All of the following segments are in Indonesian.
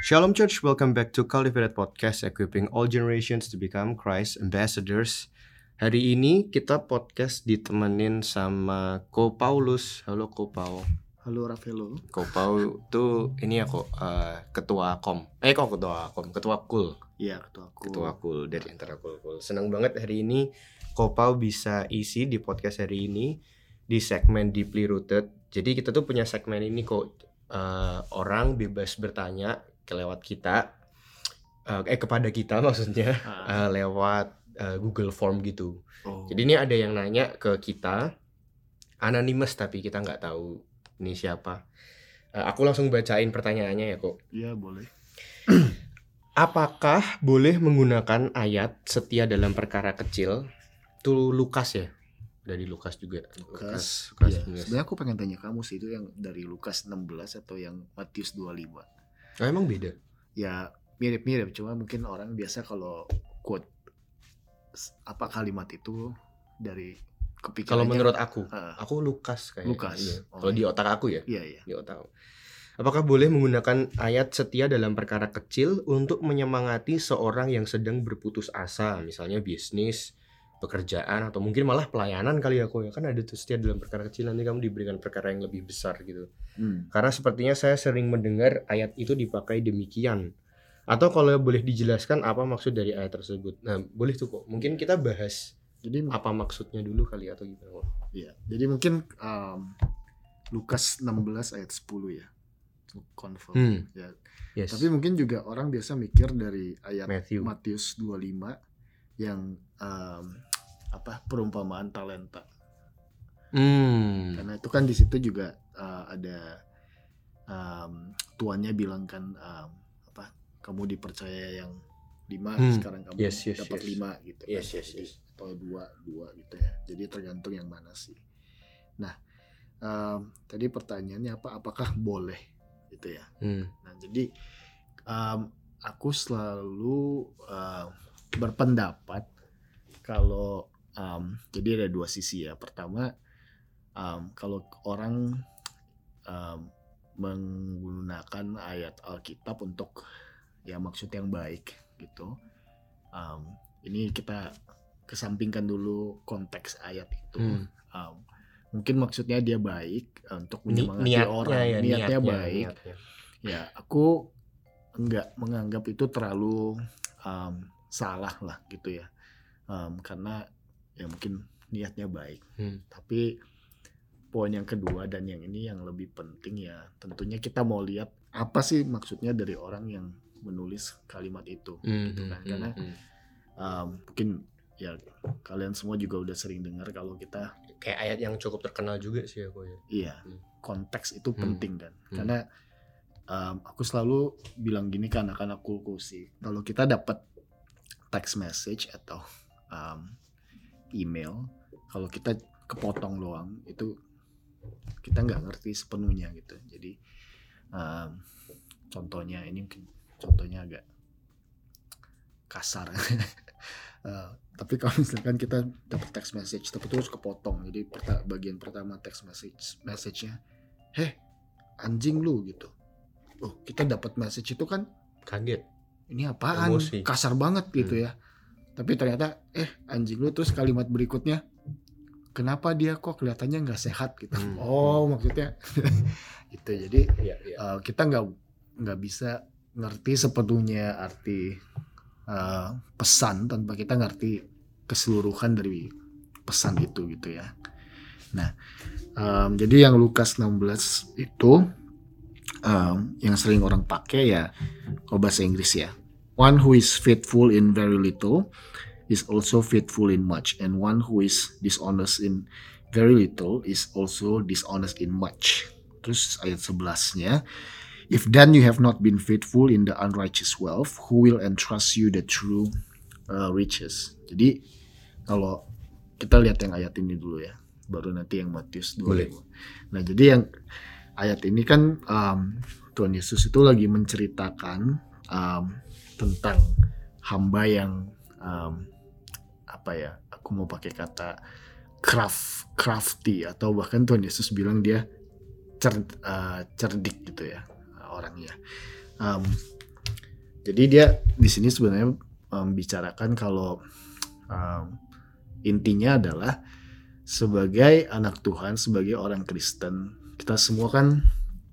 Shalom Church, welcome back to Cultivated Podcast, equipping all generations to become Christ ambassadors. Hari ini kita podcast ditemenin sama Ko Paulus. Halo Ko Paul. Halo Rafaelo. Ko Paul tuh ini ya kok ketua KOM. Ketua KUL. Iya, ketua KUL. Ketua KUL dari antara KUL. Senang banget hari ini Ko Paul bisa isi di podcast hari ini di segmen Deeply Rooted. Jadi kita tuh punya segmen ini kok, orang bebas bertanya lewat kita, kepada kita maksudnya, lewat Google Form gitu. Jadi ini ada yang nanya ke kita, anonymous tapi kita nggak tahu ini siapa. Aku langsung bacain pertanyaannya ya kok. Iya boleh. Apakah boleh menggunakan ayat setia dalam perkara kecil? Itu Lukas ya? Dari Lukas juga. Lukas. Ya. Sebenarnya aku pengen tanya kamu sih, itu yang dari Lukas 16 atau yang Matius 25? Oh, emang beda? Ya mirip-mirip, cuma mungkin orang biasa kalau quote kalimat itu dari kepikirannya. Kalau menurut aku Lukas kayaknya. Lukas. Iya. Kalau di otak aku ya. Iya. Di otak. Apakah boleh menggunakan ayat setia dalam perkara kecil untuk menyemangati seorang yang sedang berputus asa, misalnya bisnis, pekerjaan, atau mungkin malah pelayanan kali ya kok ya, kan ada tuh setia dalam perkara kecil, nanti kamu diberikan perkara yang lebih besar gitu. Karena sepertinya saya sering mendengar ayat itu dipakai demikian. Atau kalau boleh dijelaskan apa maksud dari ayat tersebut. Nah boleh tuh kok, mungkin kita bahas jadi apa maksudnya dulu kali atau gimana. Iya, jadi mungkin Lukas 16 ayat 10 ya, confirm ya. Yes. Tapi mungkin juga orang biasa mikir dari ayat Matius 25 yang perumpamaan talenta. Karena itu kan di situ juga ada tuannya bilang kan kamu dipercaya yang 5, sekarang kamu dapat 5 gitu. Yes. Atau 2 gitu ya. Jadi tergantung yang mana sih. Nah, tadi pertanyaannya apakah boleh gitu ya. Nah, jadi aku selalu berpendapat kalau jadi ada dua sisi ya. Pertama, kalau orang menggunakan ayat Alkitab untuk ya maksud yang baik gitu, ini kita kesampingkan dulu konteks ayat itu. Mungkin maksudnya dia baik untuk menyemangati orang, niatnya baik. Ya, aku enggak menganggap itu terlalu salah lah gitu ya, karena ya mungkin niatnya baik. Tapi poin yang kedua dan yang ini yang lebih penting ya, tentunya kita mau lihat apa sih maksudnya dari orang yang menulis kalimat itu gitu kan. Karena mungkin ya kalian semua juga udah sering dengar kalau kita kayak ayat yang cukup terkenal juga sih aku ya. Iya, konteks itu penting kan. Karena aku selalu bilang gini ke anak-anakku sih, kalau kita dapat text message atau email, kalau kita kepotong doang itu kita nggak ngerti sepenuhnya gitu. Jadi contohnya ini mungkin contohnya agak kasar. Tapi kalau misalkan kita dapat text message tapi terus kepotong, jadi bagian pertama text message-nya, anjing lu gitu. Kita dapat message itu kan kaget. Ini apaan? Emosi. Kasar banget gitu ya. Tapi ternyata anjing lu, terus kalimat berikutnya, kenapa dia kok kelihatannya nggak sehat gitu. Maksudnya gitu. Jadi kita nggak bisa ngerti sepenuhnya arti pesan tanpa kita ngerti keseluruhan dari pesan itu gitu ya. Nah, jadi yang Lukas 16 itu yang sering orang pakai ya kalau bahasa Inggris ya. One who is faithful in very little is also faithful in much, and one who is dishonest in very little is also dishonest in much. Terus ayat 11-nya, if then you have not been faithful in the unrighteous wealth, who will entrust you the true riches? Jadi kalau kita lihat yang ayat ini dulu ya, baru nanti yang Matius 25. Nah, jadi yang ayat ini kan Tuhan Yesus itu lagi menceritakan tentang hamba yang aku mau pakai kata crafty, atau bahkan Tuhan Yesus bilang dia cerdik gitu ya orangnya. Jadi dia di sini sebenarnya membicarakan kalau intinya adalah sebagai anak Tuhan, sebagai orang Kristen, kita semua kan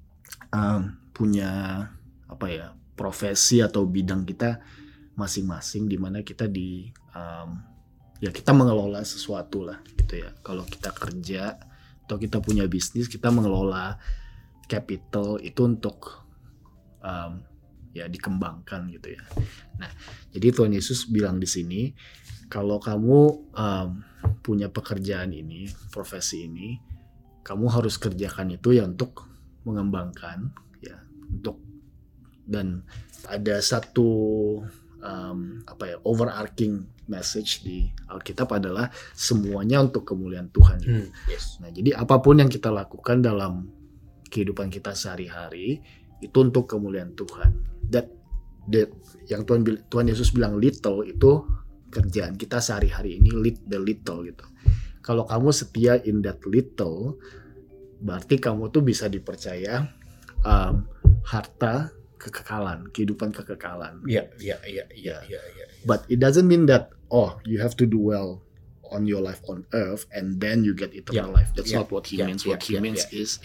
punya profesi atau bidang kita masing-masing, di mana kita kita mengelola sesuatu lah gitu ya. Kalau kita kerja atau kita punya bisnis, kita mengelola capital itu untuk dikembangkan gitu ya. Nah, jadi Tuhan Yesus bilang di sini, kalau kamu punya pekerjaan ini, profesi ini, kamu harus kerjakan itu ya untuk mengembangkan ya, dan ada satu overarching message di Alkitab adalah semuanya untuk kemuliaan Tuhan. Yes. Nah, jadi apapun yang kita lakukan dalam kehidupan kita sehari-hari itu untuk kemuliaan Tuhan. Yang Tuhan Yesus bilang little itu kerjaan kita sehari-hari ini, lead the little gitu. Kalau kamu setia in that little, berarti kamu tuh bisa dipercaya harta kekekalan, kehidupan kekekalan. Iya. But it doesn't mean that you have to do well on your life on earth and then you get eternal life. That's not what he means. What he means is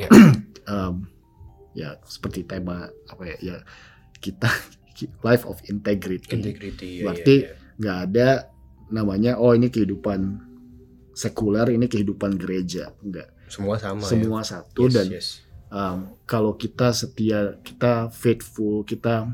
seperti tema kita life of integrity. Berarti nggak ada namanya ini kehidupan sekuler, ini kehidupan gereja. Enggak. Semua sama. Semua satu. Dan kalau kita setia, kita faithful, kita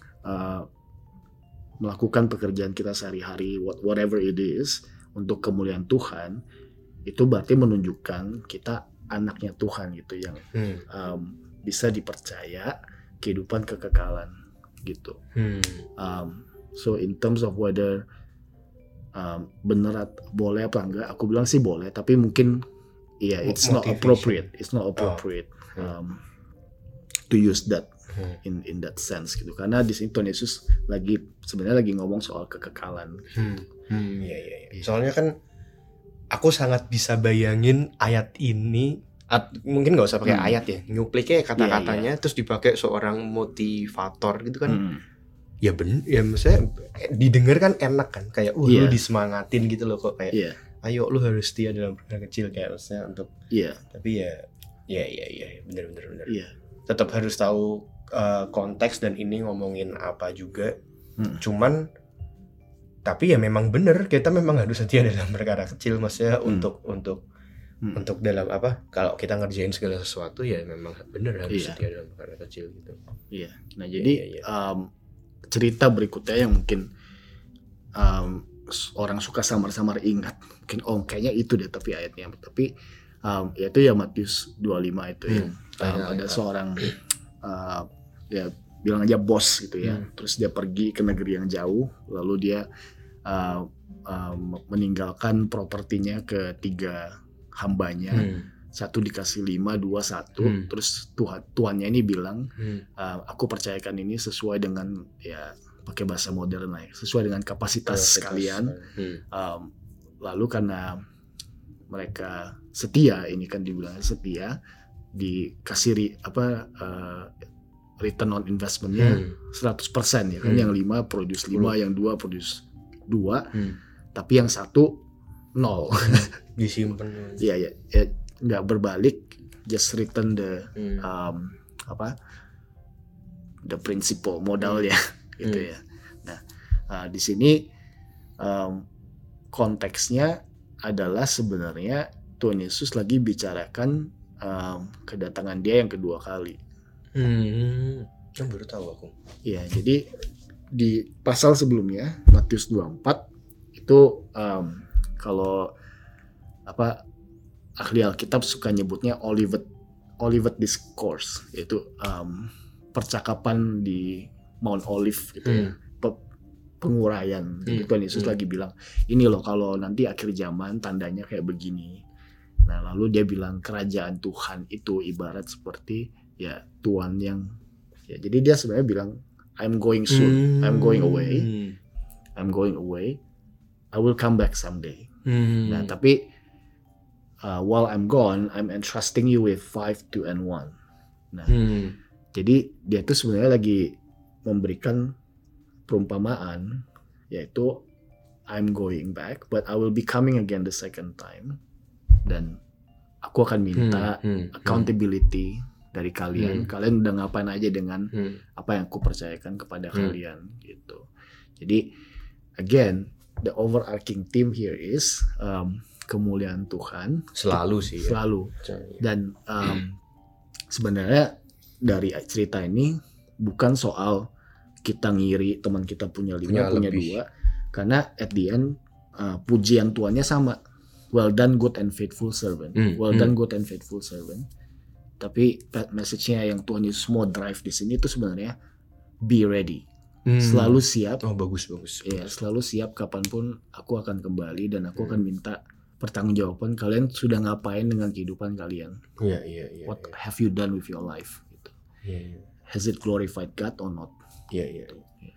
melakukan pekerjaan kita sehari-hari, whatever it is, untuk kemuliaan Tuhan, itu berarti menunjukkan kita anaknya Tuhan gitu, yang bisa dipercaya kehidupan kekekalan gitu. So in terms of whether benar boleh apa enggak, aku bilang sih boleh, tapi mungkin it's not appropriate. It's not appropriate to use that in that sense gitu. Karena di sini Tuhan Yesus sebenarnya lagi ngomong soal kekekalan. Iya. Soalnya kan aku sangat bisa bayangin ayat ini. Mungkin nggak usah pakai ayat ya, nyupliknya kata-katanya terus dipakai seorang motivator gitu kan. Ya maksudnya didengar kan enak kan, kayak lu disemangatin gitu loh, kok kayak ayo lu harus setia dalam perkara kecil, kayak maksudnya untuk tapi benar. Tetap harus tahu konteks dan ini ngomongin apa juga. Cuman tapi ya memang benar, kita memang harus setia dalam perkara kecil, maksudnya untuk dalam kalau kita ngerjain segala sesuatu ya memang benar harus setia dalam perkara kecil gitu. Nah jadi cerita berikutnya yang mungkin orang suka samar-samar ingat, mungkin kayaknya itu deh tapi ayatnya, tapi yaitu ya Matius 25 itu ada seorang bilang aja bos gitu ya, terus dia pergi ke negeri yang jauh, lalu dia meninggalkan propertinya ke 3 hambanya. Satu dikasih 5, 2 1. Terus tuannya ini bilang, aku percayakan ini sesuai dengan pakai bahasa modern lah, sesuai dengan kapasitas kalian. Lalu karena mereka setia, ini kan dibilang setia, dikasih return on investmentnya 100% ya kan. Yang 5 produce 5, yang 2 produce 2, tapi yang 1 0 disimpan. Nggak berbalik, just return the the principal modalnya gitu ya. Nah, di sini konteksnya adalah sebenarnya Tuhan Yesus lagi bicarakan kedatangan dia yang kedua kali. Baru tahu aku. Ya, jadi di pasal sebelumnya Matius 24 itu kalau ahli Alkitab suka nyebutnya Olivet Discourse, yaitu percakapan di Mount Olive gitu ya, penguraian. Jadi Tuhan Yesus lagi bilang, ini loh kalau nanti akhir zaman tandanya kayak begini. Nah lalu dia bilang kerajaan Tuhan itu ibarat seperti tuan yang jadi dia sebenarnya bilang I'm going soon, I'm going away, I will come back someday. Nah tapi while I'm gone, I'm entrusting you with 5, 2, and 1. Nah, jadi dia tuh sebenarnya lagi memberikan perumpamaan, yaitu I'm going back, but I will be coming again the second time. Dan aku akan minta accountability dari kalian. Kalian udah ngapain aja dengan apa yang aku percayakan kepada kalian gitu. Jadi again, the overarching theme here is kemuliaan Tuhan selalu sih. Selalu. Dan sebenarnya dari cerita ini bukan soal kita ngiri teman kita punya 5, punya 2. Karena at the end pujian Tuhannya sama. Well done good and faithful servant. Well done good and faithful servant. Tapi message-nya yang Tuhan Yesus mau drive di sini itu sebenarnya be ready. Selalu siap. Oh bagus. Ya, selalu siap kapanpun aku akan kembali dan aku akan minta pertanggungjawaban kalian sudah ngapain dengan kehidupan kalian. Iya. What have you done with your life? Gitu. Iya. Has it glorified God or not? Iya.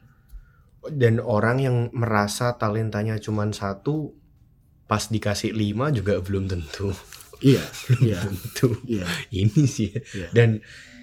Dan orang yang merasa talentanya cuma 1 pas dikasih 5 juga belum tentu. Iya. Tentu. Iya. Ini sih. Iya. Dan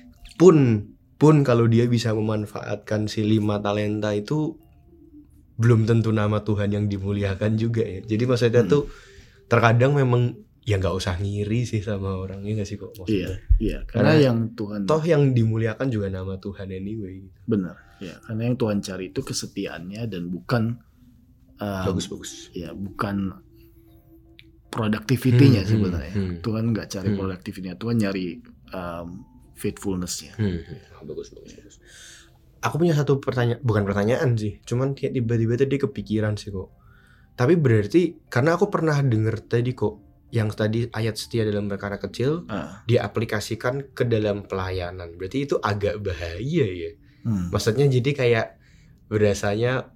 pun kalau dia bisa memanfaatkan si 5 talenta itu belum tentu nama Tuhan yang dimuliakan juga ya. Jadi maksudnya tuh terkadang memang ya nggak usah ngiri sih sama orangnya nggak sih kok maksudnya. Iya. Karena yang Tuhan toh yang dimuliakan juga nama Tuhan anyway. Benar. Ya, karena yang Tuhan cari itu kesetiaannya dan bukan bagus. Ya, bukan productivity-nya sebenarnya. Tuhan nggak cari productivity-nya, Tuhan nyari faithfulness-nya. Bagus. Aku punya satu bukan pertanyaan sih, cuman kayak tiba-tiba tadi kepikiran sih kok. Tapi berarti karena aku pernah dengar tadi kok yang tadi ayat setia dalam perkara kecil diaplikasikan ke dalam pelayanan. Berarti itu agak bahaya ya. Maksudnya jadi kayak berasanya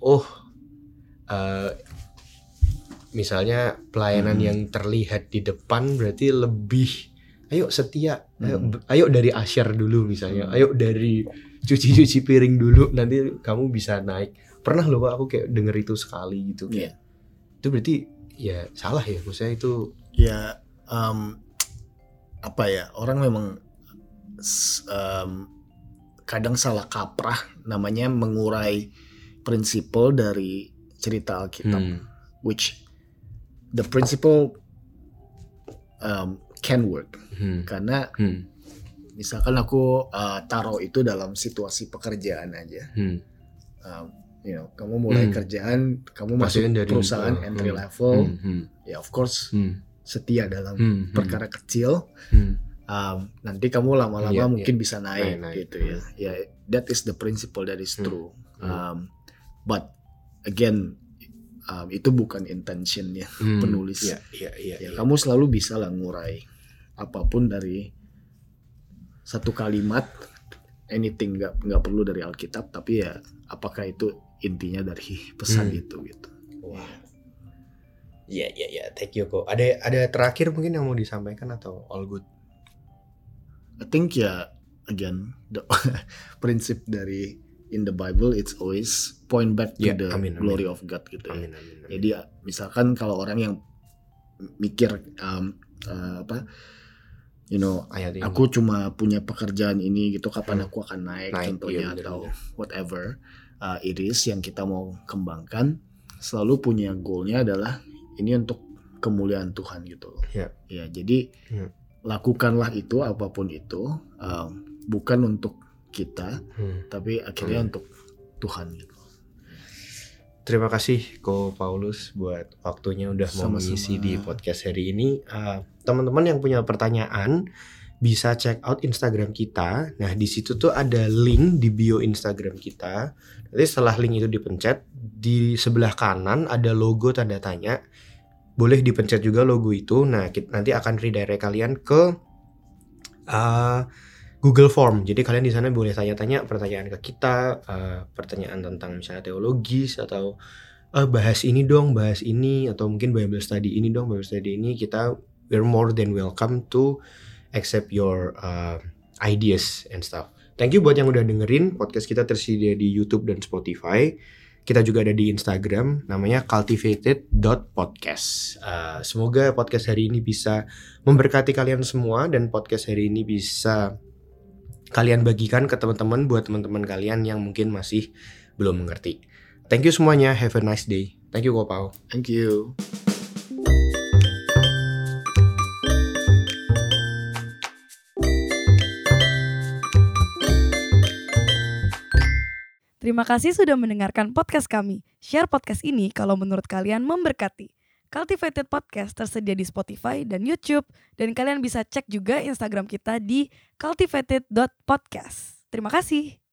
misalnya pelayanan yang terlihat di depan berarti lebih ayo setia, ayo dari asyar dulu misalnya, ayo dari cuci piring dulu nanti kamu bisa naik. Pernah loh aku kayak denger itu sekali gitu. Itu berarti ya salah ya, maksudnya itu ya apa ya, orang memang kadang salah kaprah namanya mengurai prinsipal dari cerita Alkitab, which the principle can work. Karena misalkan aku taruh itu dalam situasi pekerjaan aja, kamu mulai kerjaan, kamu masuk dari perusahaan entry level, ya of course setia dalam perkara kecil. Nanti kamu lama-lama mungkin bisa naik gitu ya. Ya, that is the principle that is true. But again, itu bukan intentionnya penulis. Ya, kamu selalu bisa lah ngurai apapun dari satu kalimat, anything nggak perlu dari Alkitab, tapi ya apakah itu intinya dari pesan itu gitu. Wah. Ya, thank you kok. Ada terakhir mungkin yang mau disampaikan atau all good? I think ya, again, the prinsip dari in the Bible it's always point back to the glory of God gitu. Amin. Jadi misalkan kalau orang yang mikir aku cuma punya pekerjaan ini gitu, kapan aku akan naik contohnya atau whatever it is yang kita mau kembangkan, selalu punya goalnya adalah ini untuk kemuliaan Tuhan gitu. Ya, jadi lakukanlah itu apapun itu, bukan untuk kita, tapi akhirnya untuk Tuhan gitu. Terima kasih Ko Paulus buat waktunya udah mau mengisi di podcast hari ini. Teman-teman yang punya pertanyaan bisa check out Instagram kita. Nah, di situ tuh ada link di bio Instagram kita. Nanti setelah link itu dipencet, di sebelah kanan ada logo tanda tanya. Boleh dipencet juga logo itu. Nah, nanti akan redirect kalian ke Google Form. Jadi kalian di sana boleh tanya-tanya pertanyaan ke kita, pertanyaan tentang misalnya teologis atau bahas ini dong, bahas ini, atau mungkin Bible study ini dong, Bible study ini. We're more than welcome to accept your ideas and stuff. Thank you buat yang udah dengerin. Podcast kita tersedia di YouTube dan Spotify. Kita juga ada di Instagram, namanya cultivated.podcast. Semoga podcast hari ini bisa memberkati kalian semua, dan podcast hari ini bisa kalian bagikan ke teman-teman, buat teman-teman kalian yang mungkin masih belum mengerti. Thank you semuanya, have a nice day. Thank you Kopao. Thank you. Terima kasih sudah mendengarkan podcast kami. Share podcast ini kalau menurut kalian memberkati. Cultivated Podcast tersedia di Spotify dan YouTube. Dan kalian bisa cek juga Instagram kita di cultivated.podcast. Terima kasih.